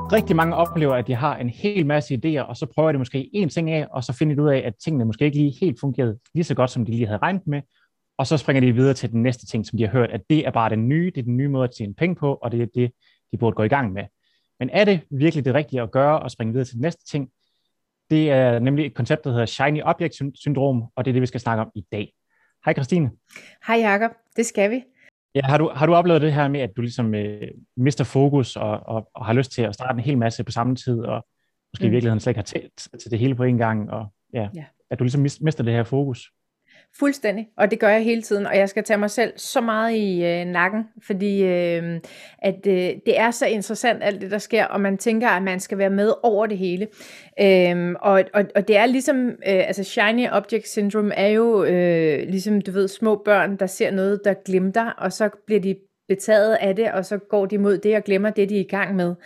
Rigtig mange oplever, at de har en hel masse idéer, og så prøver de måske én ting af, og så finder de ud af, at tingene måske ikke lige helt fungerede lige så godt, som de lige havde regnet med, og så springer de videre til den næste ting, som de har hørt, at det er bare den nye, det er den nye måde at tjene penge på, og det er det, de burde gå i gang med. Men er det virkelig det rigtige at gøre, og springe videre til den næste ting? Det er nemlig et koncept, der hedder Shiny Object Syndrom, og det er det, vi skal snakke om i dag. Hej Christine. Hej Jakob, det skal vi. Ja, har du oplevet det her med, at du ligesom mister fokus og har lyst til at starte en hel masse på samme tid, og måske i Mm. virkeligheden slet ikke har tænkt til det hele på en gang, og ja, Ja. at du ligesom mister det her fokus? Fuldstændig, og det gør jeg hele tiden, og jeg skal tage mig selv så meget i nakken, fordi det er så interessant alt det, der sker, og man tænker, at man skal være med over det hele. Og det er ligesom, altså Shiny Object Syndrome er jo ligesom, du ved, små børn, der ser noget, der glimter, og så bliver de betaget af det, og så går de mod det og glemmer det, de er i gang med.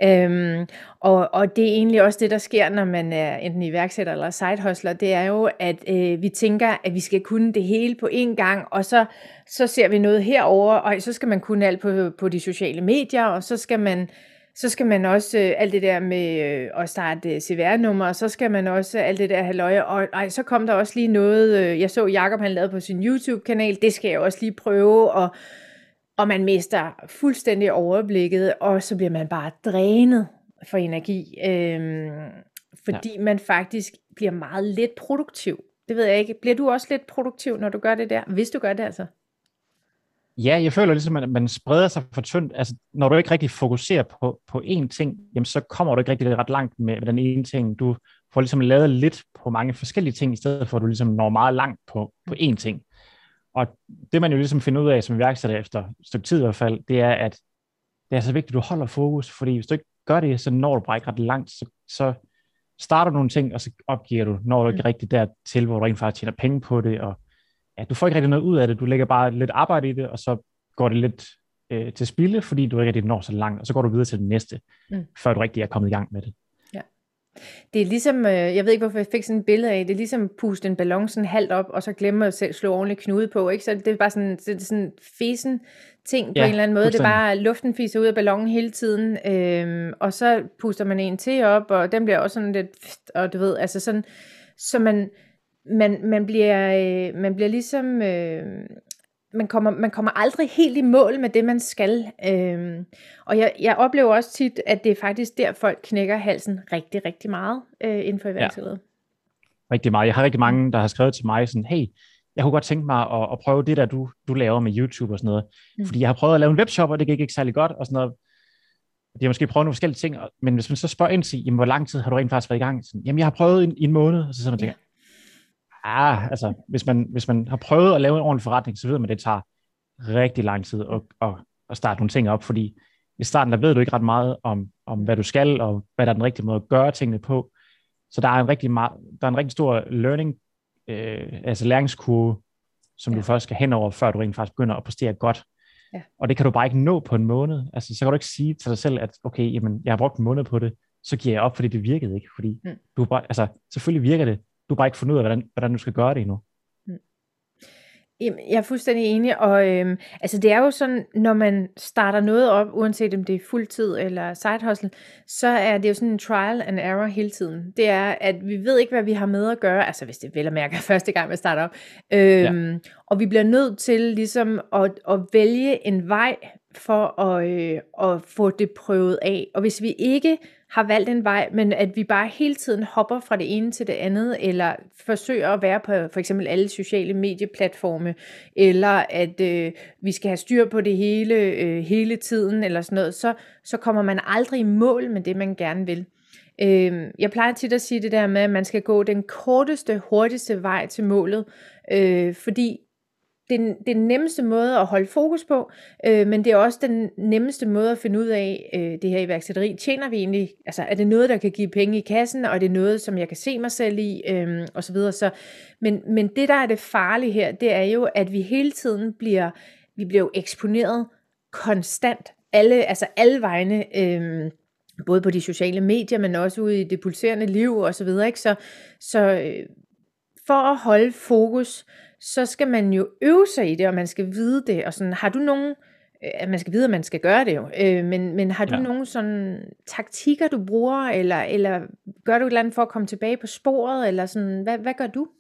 Og det er egentlig også det, der sker, når man er enten iværksætter eller sidehustler, det er jo, at vi tænker, at vi skal kunne det hele på én gang, og så ser vi noget herover, og så skal man kunne alt på de sociale medier, og så skal man også alt det der med at starte CVR-nummer, og så skal man også alt det der halløje, og så kom der også lige noget, jeg så Jakob han lavede på sin YouTube-kanal, det skal jeg også lige prøve, og man mister fuldstændig overblikket, og så bliver man bare drænet for energi, fordi man faktisk bliver meget lidt produktiv. Det ved jeg ikke. Bliver du også lidt produktiv, når du gør det der? Hvis du gør det altså? Ja, jeg føler ligesom, at man spreder sig for tyndt. Altså, når du ikke rigtig fokuserer på én ting, jamen, så kommer du ikke rigtig ret langt med den ene ting. Du får ligesom lavet lidt på mange forskellige ting, i stedet for at du ligesom når meget langt på én ting. Og det man jo ligesom finder ud af som iværksætter efter et stykke tid i hvert fald, det er, at det er så vigtigt, at du holder fokus, fordi hvis du ikke gør det, så når du bare ikke ret langt, så starter du nogle ting, og så opgiver du, når du ikke rigtig dertil, hvor du rent faktisk tjener penge på det, og ja, du får ikke rigtig noget ud af det, du lægger bare lidt arbejde i det, og så går det lidt til spilde, fordi du ikke rigtig når så langt, og så går du videre til det næste, før du rigtig er kommet i gang med det. Det er ligesom, jeg ved ikke hvorfor jeg fik sådan et billede af, det er ligesom at puste en ballon sådan halvt op, og så glemme at selv slå ordentligt knude på, ikke? Så det er bare sådan, det er sådan fesen ting på en eller anden måde, det er bare luften fiser ud af ballonen hele tiden, og så puster man en til op, og den bliver også sådan lidt, og du ved, altså sådan, så man bliver ligesom, man kommer aldrig helt i mål med det, man skal. Og jeg oplever også tit, at det er faktisk der, folk knækker halsen rigtig, rigtig meget inden for iværksætteriet. Ja, rigtig meget. Jeg har rigtig mange, der har skrevet til mig sådan, hey, jeg kunne godt tænke mig at prøve det der, du laver med YouTube og sådan noget. Fordi jeg har prøvet at lave en webshop, og det gik ikke særlig godt og sådan noget. De har måske prøvet nogle forskellige ting, men hvis man så spørger ind til, jamen, hvor lang tid har du rent faktisk været i gang? Sådan, jamen, jeg har prøvet i en måned, og så sidder man og tænker, altså, hvis man har prøvet at lave en ordentlig forretning, så ved man, at det tager rigtig lang tid at starte nogle ting op, fordi i starten, der ved du ikke ret meget om hvad du skal, og hvad der er den rigtige måde at gøre tingene på. Så der er en rigtig stor learning, altså læringskurve, som du først skal hen over, før du rent faktisk begynder at præstere godt. Ja. Og det kan du bare ikke nå på en måned. Altså, så kan du ikke sige til dig selv, at okay, jamen, jeg har brugt en måned på det, så giver jeg op, fordi det virkede ikke. Fordi du bare, altså, selvfølgelig virker det. Du har bare ikke fundet ud af, hvordan du skal gøre det endnu. Jeg er fuldstændig enig, og altså det er jo sådan, når man starter noget op, uanset om det er fuldtid eller side hustle, så er det jo sådan en trial and error hele tiden. Det er, at vi ved ikke, hvad vi har med at gøre, altså hvis det vel at mærke første gang, vi starter op, og vi bliver nødt til ligesom at vælge en vej for at få det prøvet af, og hvis vi ikke har valgt en vej, men at vi bare hele tiden hopper fra det ene til det andet, eller forsøger at være på for eksempel alle sociale medieplatforme, eller at vi skal have styr på det hele tiden, eller sådan noget, så kommer man aldrig i mål med det, man gerne vil. Jeg plejer tit at sige det der med, at man skal gå den korteste, hurtigste vej til målet, fordi det er den nemmeste måde at holde fokus på, men det er også den nemmeste måde at finde ud af, det her iværksætteri, tjener vi egentlig, altså er det noget, der kan give penge i kassen, og er det noget, som jeg kan se mig selv i, og så videre. Så, men det, der er det farlige her, det er jo, at vi hele tiden bliver jo eksponeret konstant, alle vegne, både på de sociale medier, men også ude i det pulserende liv, og så videre, ikke? Så for at holde fokus, så skal man jo øve sig i det, og man skal vide det, og sådan, har du nogen at man skal vide, at man skal gøre det jo. Men har du nogle sådan taktikker, du bruger, eller gør du et eller andet for at komme tilbage på sporet, eller sådan, hvad gør du?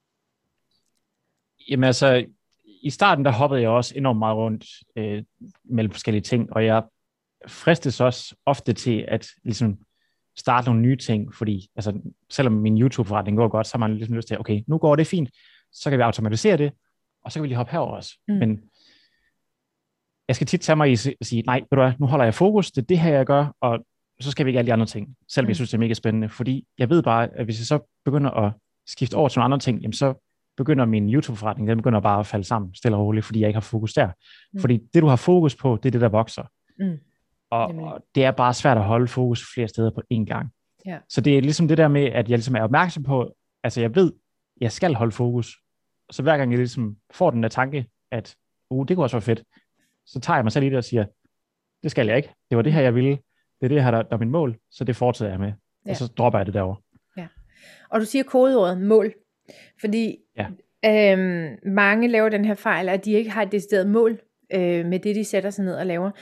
Jamen altså, i starten der hoppede jeg også enormt meget rundt mellem forskellige ting, og jeg fristes også ofte til at ligesom starte nogle nye ting, fordi altså, selvom min YouTube-forretning går godt, så har man ligesom lyst til, okay, nu går det fint, så kan vi automatisere det, og så kan vi lige hoppe herover også. Men jeg skal tit tage mig i at sige, nej, ved du hvad, nu holder jeg fokus, det er det her, jeg gør, og så skal vi ikke alle de andre ting, selvom jeg synes, det er mega spændende, fordi jeg ved bare, at hvis jeg så begynder at skifte over til nogle andre ting, jamen så begynder min YouTube-forretning, den begynder bare at falde sammen, stille og roligt, fordi jeg ikke har fokus der. Fordi det, du har fokus på, det er det, der vokser. Og det er bare svært at holde fokus flere steder på én gang. Ja. Så det er ligesom det der med, at jeg ligesom er opmærksom på, altså jeg ved, jeg skal holde fokus. Så hver gang jeg ligesom får den der tanke, at det kunne også være fedt, så tager jeg mig selv i det og siger, det skal jeg ikke. Det var det her, jeg ville. Det er det her, der er mit mål, så det fortsætter jeg med. Og så dropper jeg det derovre. Ja. Og du siger kodeordet mål, fordi mange laver den her fejl, at de ikke har et decideret mål med det, de sætter sig ned og laver.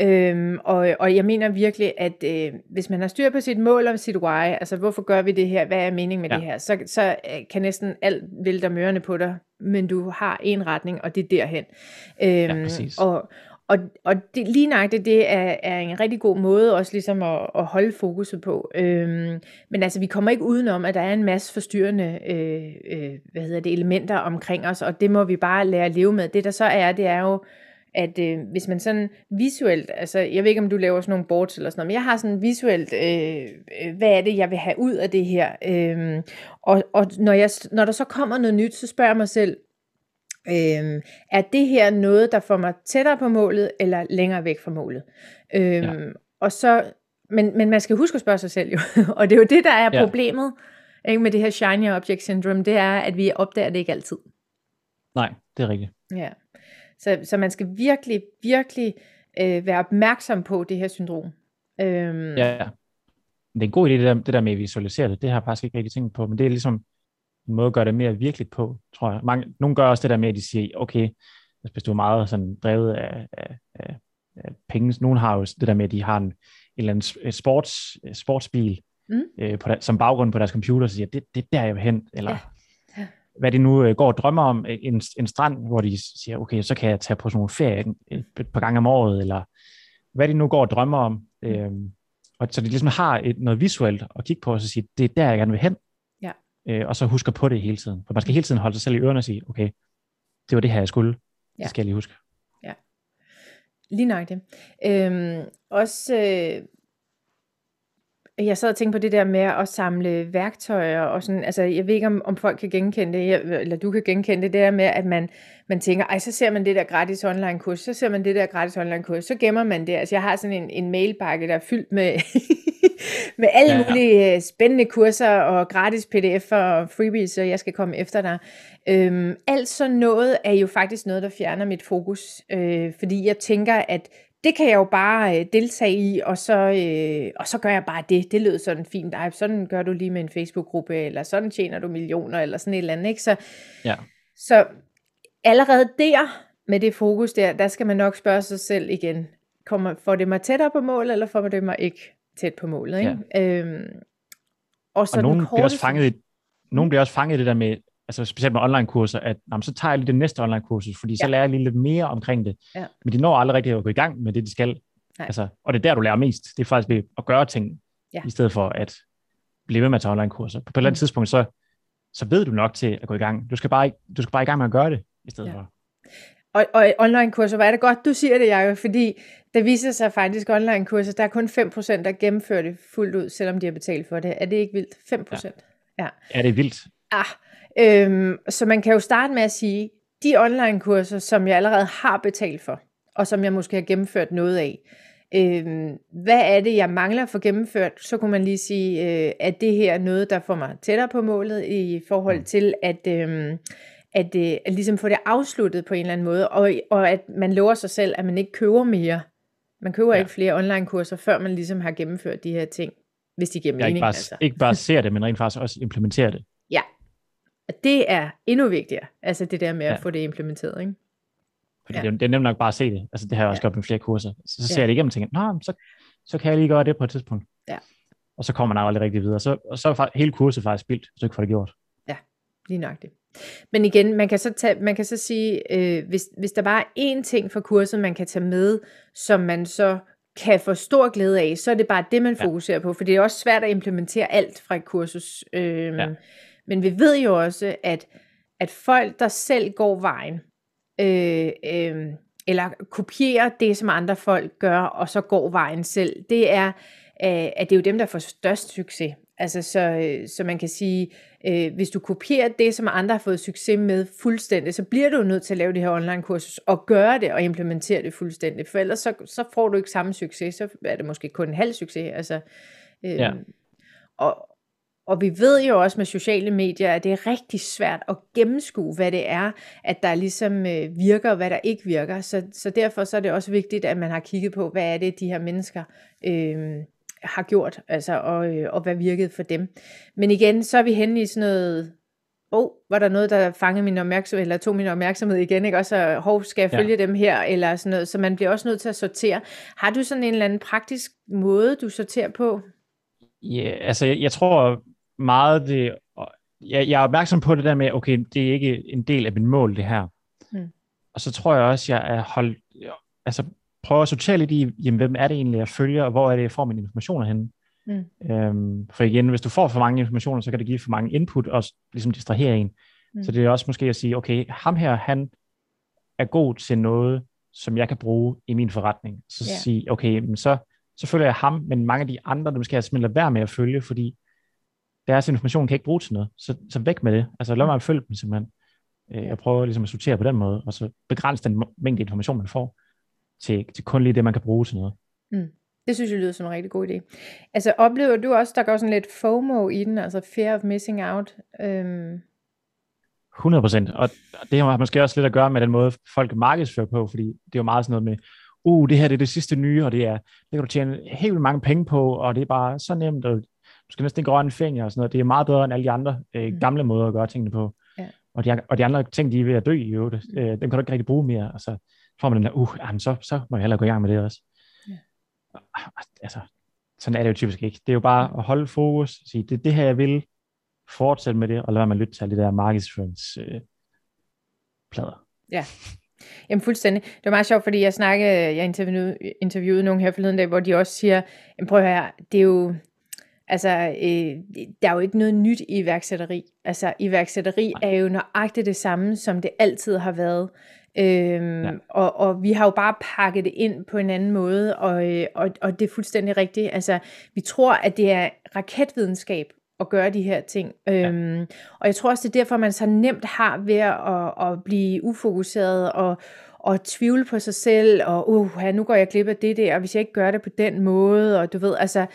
Og jeg mener virkelig, at hvis man har styr på sit mål og sit why, altså hvorfor gør vi det her, hvad er meningen med det her, så kan næsten alt vælte om ørerne på dig, men du har en retning, og det er derhen. Præcis. Og det, lige nøjagtigt, det er en rigtig god måde også ligesom at holde fokuset på. Men altså, vi kommer ikke udenom, at der er en masse forstyrrende elementer omkring os, og det må vi bare lære at leve med. Det der så er, det er jo, at hvis man sådan visuelt, altså jeg ved ikke, om du laver sådan nogle boards eller sådan noget, men jeg har sådan visuelt, hvad er det, jeg vil have ud af det her? Og når der så kommer noget nyt, så spørger jeg mig selv, er det her noget, der får mig tættere på målet, eller længere væk fra målet? Og så, men man skal huske at spørge sig selv jo, og det er jo det, der er problemet ikke, med det her shiny object syndrome, det er, at vi opdager det ikke altid. Nej, det er rigtigt. Ja. Så man skal virkelig, virkelig være opmærksom på det her syndrom. Ja, det er en god idé, det der med at visualisere det. Det har jeg faktisk ikke rigtig tænkt på, men det er ligesom en måde at gøre det mere virkeligt på, tror jeg. Nogle gør også det der med, at de siger, okay, hvis du er meget sådan drevet af penge, nogen har jo det der med, at de har en eller anden sportsbil som baggrund på deres computer, så siger, det er der, jeg vil hen, eller hvad de nu går og drømmer om, en strand, hvor de siger, okay, så kan jeg tage på sådan nogle ferie et par gange om året, eller hvad de nu går og drømmer om, og så de ligesom har noget visuelt at kigge på, og så sige, det er der, jeg gerne vil hen, og så husker på det hele tiden. For man skal hele tiden holde sig selv i ørerne og sige, okay, det var det her, jeg skulle. Det skal jeg lige huske. Ja, lige nok det. Jeg sad og tænkte på det der med at samle værktøjer og sådan, altså jeg ved ikke om folk kan genkende det, eller du kan genkende det der med, at man tænker, ej så ser man det der gratis online kurs, så ser man det der gratis online kurs, så gemmer man det. Altså jeg har sådan en mailbakke, der er fyldt med, med alle mulige spændende kurser og gratis pdf'er og freebies, så jeg skal komme efter dig. Alt sådan noget er jo faktisk noget, der fjerner mit fokus, fordi jeg tænker, at det kan jeg jo bare deltage i, og så gør jeg bare det. Det lød sådan fint. Ej, sådan gør du lige med en Facebook-gruppe, eller sådan tjener du millioner, eller sådan et eller andet. Ikke? Så allerede der, med det fokus der skal man nok spørge sig selv igen. Får det mig tættere på målet, eller får det mig ikke tæt på målet? Ikke? Ja. Og nogen bliver også fanget i det der med, altså specielt med online-kurser, at så tager jeg lige det næste online-kursus, fordi så lærer jeg lige lidt mere omkring det. Ja. Men de når aldrig rigtig at gå i gang med det, de skal. Altså, og det er der, du lærer mest. Det er faktisk ved at gøre ting, i stedet for at blive ved med at tage online-kurser. På et eller andet tidspunkt, så ved du nok til at gå i gang. Du skal bare i gang med at gøre det, i stedet for. Og online-kurser, hvor er det godt, du siger det, Jacob, fordi der viser sig faktisk online-kurser, der er kun 5%, der gennemfører det fuldt ud, selvom de har betalt for det. Er det ikke vildt? 5%? Ja, det er vildt. Så man kan jo starte med at sige, de online-kurser, som jeg allerede har betalt for, og som jeg måske har gennemført noget af, hvad er det, jeg mangler at få gennemført? Så kunne man lige sige, at det her er noget, der får mig tættere på målet, i forhold til at ligesom få det afsluttet på en eller anden måde, og at man lover sig selv, at man ikke køber mere. Man køber ikke flere online-kurser, før man ligesom har gennemført de her ting, hvis de giver mening. Ikke bare ser det, men rent faktisk også implementerer det. Ja. Og det er endnu vigtigere, altså det der med at få det implementeret, ikke? Fordi det er nemt nok bare at se det. Altså det har jeg også gjort med flere kurser. Så ser jeg det igennem og tænker, så kan jeg lige gøre det på et tidspunkt. Ja. Og så kommer man aldrig rigtig videre. Og så er hele kurset faktisk spildt, hvis du ikke får det gjort. Ja, lige nok det. Men igen, man kan så sige, hvis der bare er én ting fra kurset, man kan tage med, som man så kan få stor glæde af, så er det bare det, man fokuserer på. For det er også svært at implementere alt fra et kursus. Men vi ved jo også, at folk, der selv går vejen, eller kopierer det, som andre folk gør, og så går vejen selv, det er, at det er jo dem, der får størst succes. Altså så man kan sige, hvis du kopierer det, som andre har fået succes med fuldstændig, så bliver du nødt til at lave det her online-kursus, og gøre det, og implementere det fuldstændig. For ellers så får du ikke samme succes, så er det måske kun en halv succes. Altså, og vi ved jo også med sociale medier, at det er rigtig svært at gennemskue, hvad det er, at der ligesom virker, og hvad der ikke virker. Så derfor så er det også vigtigt, at man har kigget på, hvad er det, de her mennesker har gjort, altså, og hvad virkede for dem. Men igen, så er vi henne i sådan noget, var der noget, der fangede min opmærksomhed, eller tog min opmærksomhed igen, ikke? Også, skal jeg følge dem her, eller sådan noget, så man bliver også nødt til at sortere. Har du sådan en eller anden praktisk måde, du sorterer på? Ja, altså jeg tror meget det, jeg er opmærksom på det der med, okay, det er ikke en del af min mål, det her. Og så tror jeg også, jeg er prøver at sortere lidt i, jamen, hvem er det egentlig, jeg følger, og hvor er det, jeg får mine informationer henne. For igen, hvis du får for mange informationer, så kan det give for mange input, og ligesom distrahere en. Så det er også måske at sige, okay, ham her, han er god til noget, som jeg kan bruge i min forretning. Så sige, okay, men så følger jeg ham, men mange af de andre, dem skal jeg simpelthen lade være med at følge, fordi deres information kan ikke bruge til noget. Så væk med det. Altså lad mig følge dem simpelthen. Jeg prøver ligesom at sortere på den måde, og så begrænse den mængde information, man får, til kun lige det, man kan bruge til noget. Det synes jeg lyder som en rigtig god idé. Altså oplever du også, der går sådan lidt FOMO i den, altså fear of missing out? 100%, og det har måske også lidt at gøre med den måde, folk markedsfører på, fordi det er jo meget sådan noget med, det her det er det sidste nye, og det kan du tjene helt vildt mange penge på, og det er bare så nemt, og du skal næsten ikke røre en finger og sådan noget. Det er meget bedre end alle de andre gamle måder at gøre tingene på. Ja. Og de andre ting, de er ved at dø i øvrigt, dem kan du ikke rigtig bruge mere, og så får man den der, så må jeg hellere gå i gang med det også. Ja. Altså, sådan er det jo typisk ikke. Det er jo bare at holde fokus, sige, det er det her, jeg vil, fortsætte med det, og lade være med at lytte til alle de der markedsføringsplader. Ja, jamen fuldstændig. Det var meget sjovt, fordi jeg interviewede nogen her forleden dag, hvor de også siger, prøv at høre, det er jo, altså, der er jo ikke noget nyt i iværksætteri. Altså, iværksætteri er jo nøjagtigt det samme, som det altid har været. Og vi har jo bare pakket det ind på en anden måde, og det er fuldstændig rigtigt. Altså, vi tror, at det er raketvidenskab at gøre de her ting. Og jeg tror også, det er derfor, man så nemt har ved at blive ufokuseret og tvivle på sig selv, og nu går jeg glip af det der, og hvis jeg ikke gør det på den måde, og du ved, altså,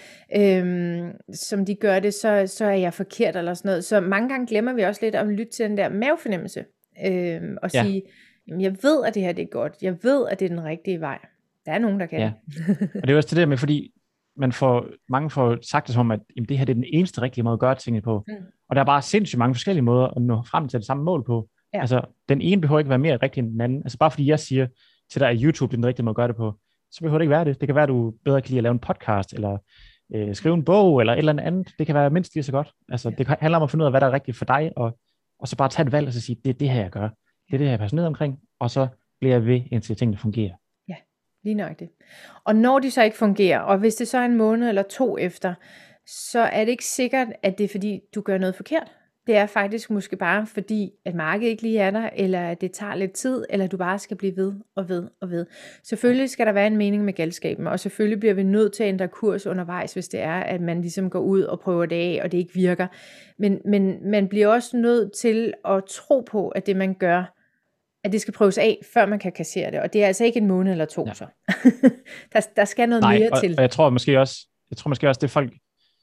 som de gør det, så er jeg forkert, eller sådan noget. Så mange gange glemmer vi også lidt at lytte til den der mavefornemmelse, og sige, jamen, jeg ved, at det her det er godt, jeg ved, at det er den rigtige vej. Der er nogen, der kan det. Og det er også det der med, fordi mange får sagt det som, at jamen, det her det er den eneste rigtige måde at gøre tingene på. Og der er bare sindssygt mange forskellige måder at nå frem til det samme mål på. Ja. Altså, den ene behøver ikke være mere rigtig end den anden. Altså, bare fordi jeg siger til dig, at YouTube er den rigtige måde at gøre det på, så behøver det ikke være det. Det kan være, at du bedre kan lide at lave en podcast, eller skrive en bog, eller et eller andet. Det kan være mindst lige så godt. Altså, det handler om at finde ud af, hvad der er rigtigt for dig, og så bare tage et valg og så sige, det er det her, jeg gør. Det er det her, jeg er passioneret omkring, og så bliver jeg ved, indtil tingene fungerer. Ja, lige nøjagtigt. Og når de så ikke fungerer, og hvis det så er en måned eller 2 efter, så er det ikke sikkert, at det er fordi, du gør noget forkert. Det er faktisk måske bare fordi, at markedet ikke lige er der, eller at det tager lidt tid, eller du bare skal blive ved og ved og ved. Selvfølgelig skal der være en mening med galskaben, og selvfølgelig bliver vi nødt til at ændre kurs undervejs, hvis det er, at man ligesom går ud og prøver det af, og det ikke virker. Men man bliver også nødt til at tro på, at det man gør, at det skal prøves af, før man kan kassere det. Og det er altså ikke en måned eller 2 så. der skal noget mere til. Og jeg tror måske også, det folk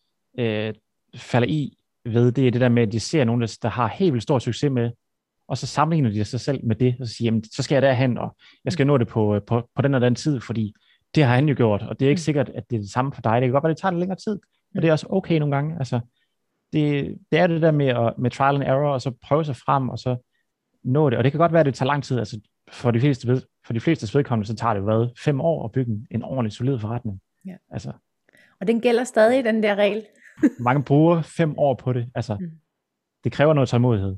falder i ved, det er det der med, at de ser nogen, der har helt vildt stor succes med, og så sammenligner de sig selv med det, og så siger, jamen, så skal jeg derhen, og jeg skal nå det på den og den tid, fordi det har han jo gjort, og det er ikke sikkert, at det er det samme for dig. Det kan godt være, det tager lidt længere tid, og det er også okay nogle gange. Altså, det er det der med trial and error, og så prøve sig frem, og så nå det. Og det kan godt være, at det tager lang tid. Altså, for de fleste vedkommende, så tager det jo 5 år at bygge en ordentlig solid forretning. Ja. Altså, Og den gælder stadig, den der regel. mange bruger 5 år på det. Altså, det kræver noget tålmodighed.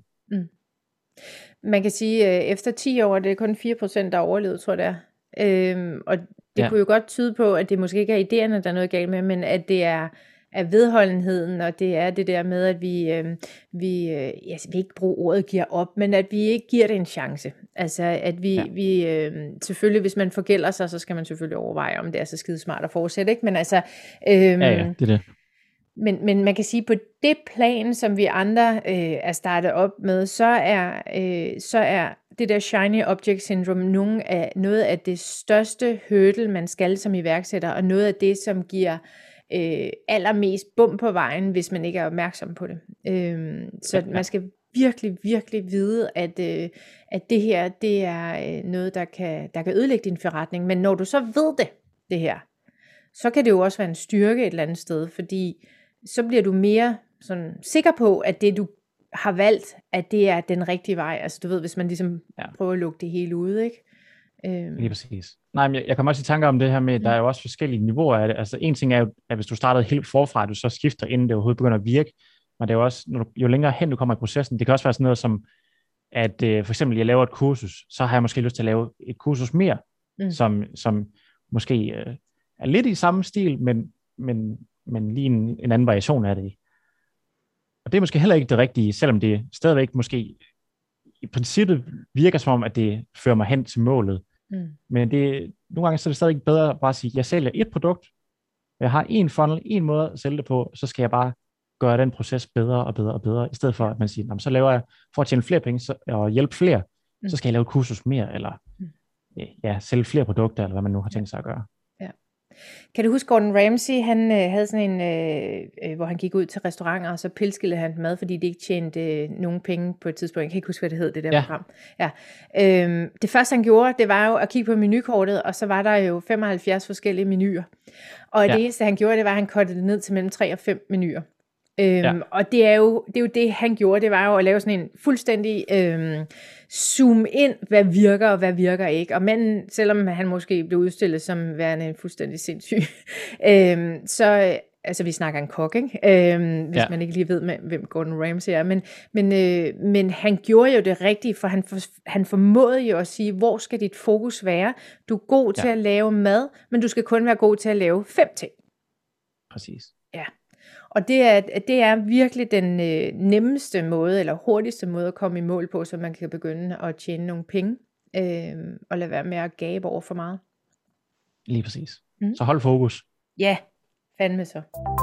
Man kan sige, at efter 10 år, det er kun 4%, der er overlevet, tror jeg det er. Og det kunne jo godt tyde på, at det måske ikke er idéerne, der er noget galt med, men at det er vedholdenheden, og det er det der med, at jeg vil ikke bruge ordet giver op, men at vi ikke giver det en chance. Altså, at vi selvfølgelig, hvis man forgælder sig, så skal man selvfølgelig overveje, om det er så skide smart at fortsætte, ikke? Men altså... det er det. Men man kan sige, på det plan, som vi andre er startet op med, så er det der shiny object syndrome noget af det største hurdle, man skal som iværksætter, og noget af det, som giver allermest bum på vejen, hvis man ikke er opmærksom på det. Så man skal virkelig, virkelig vide, at det her, det er noget, der kan ødelægge din forretning. Men når du så ved det her, så kan det jo også være en styrke et eller andet sted, fordi så bliver du mere sådan sikker på, at det du har valgt, at det er den rigtige vej. Altså du ved, hvis man ligesom prøver at lukke det hele ude, ikke? Lige præcis. Nej, men jeg kommer også i tanker om det her med, der er jo også forskellige niveauer af det. Altså en ting er jo, at hvis du startede helt forfra, du så skifter, inden det overhovedet begynder at virke. Men det er jo også, jo længere hen du kommer i processen, det kan også være sådan noget som, at for eksempel jeg laver et kursus, så har jeg måske lyst til at lave et kursus mere, som måske er lidt i samme stil, men lige en anden variation af det. Og det er måske heller ikke det rigtige, selvom det stadigvæk måske i princippet virker som om, at det fører mig hen til målet. Men nogle gange så er det stadig bedre at bare sige, jeg sælger et produkt, og jeg har en funnel, en måde at sælge det på, så skal jeg bare gøre den proces bedre og bedre og bedre, i stedet for at man siger, så laver jeg, for at tjene flere penge og hjælpe flere, så skal jeg lave et kursus mere, eller sælge flere produkter, eller hvad man nu har tænkt sig at gøre. Kan du huske Gordon Ramsay, han havde sådan en, hvor han gik ud til restauranter, og så pilskede han mad, fordi de ikke tjente nogen penge på et tidspunkt. Jeg kan ikke huske, hvad det hed, det der program. Ja. Det første han gjorde, det var jo at kigge på menukortet, og så var der jo 75 forskellige menuer. Og det eneste han gjorde, det var, at han kottede det ned til mellem 3 og 5 menuer. Og det er jo det, han gjorde, det var jo at lave sådan en fuldstændig zoom ind, hvad virker og hvad virker ikke. Og manden, selvom han måske blev udstillet som værende en fuldstændig sindssyg, så, altså vi snakker en kok, ikke? Hvis man ikke lige ved, hvem Gordon Ramsay er, men han gjorde jo det rigtige, for han formåede jo at sige, hvor skal dit fokus være? Du er god til at lave mad, men du skal kun være god til at lave 5 ting. Præcis. Ja. Og det er virkelig den nemmeste måde, eller hurtigste måde at komme i mål på, så man kan begynde at tjene nogle penge, og lade være med at gabe over for meget. Lige præcis. Så hold fokus. Ja, fandme så.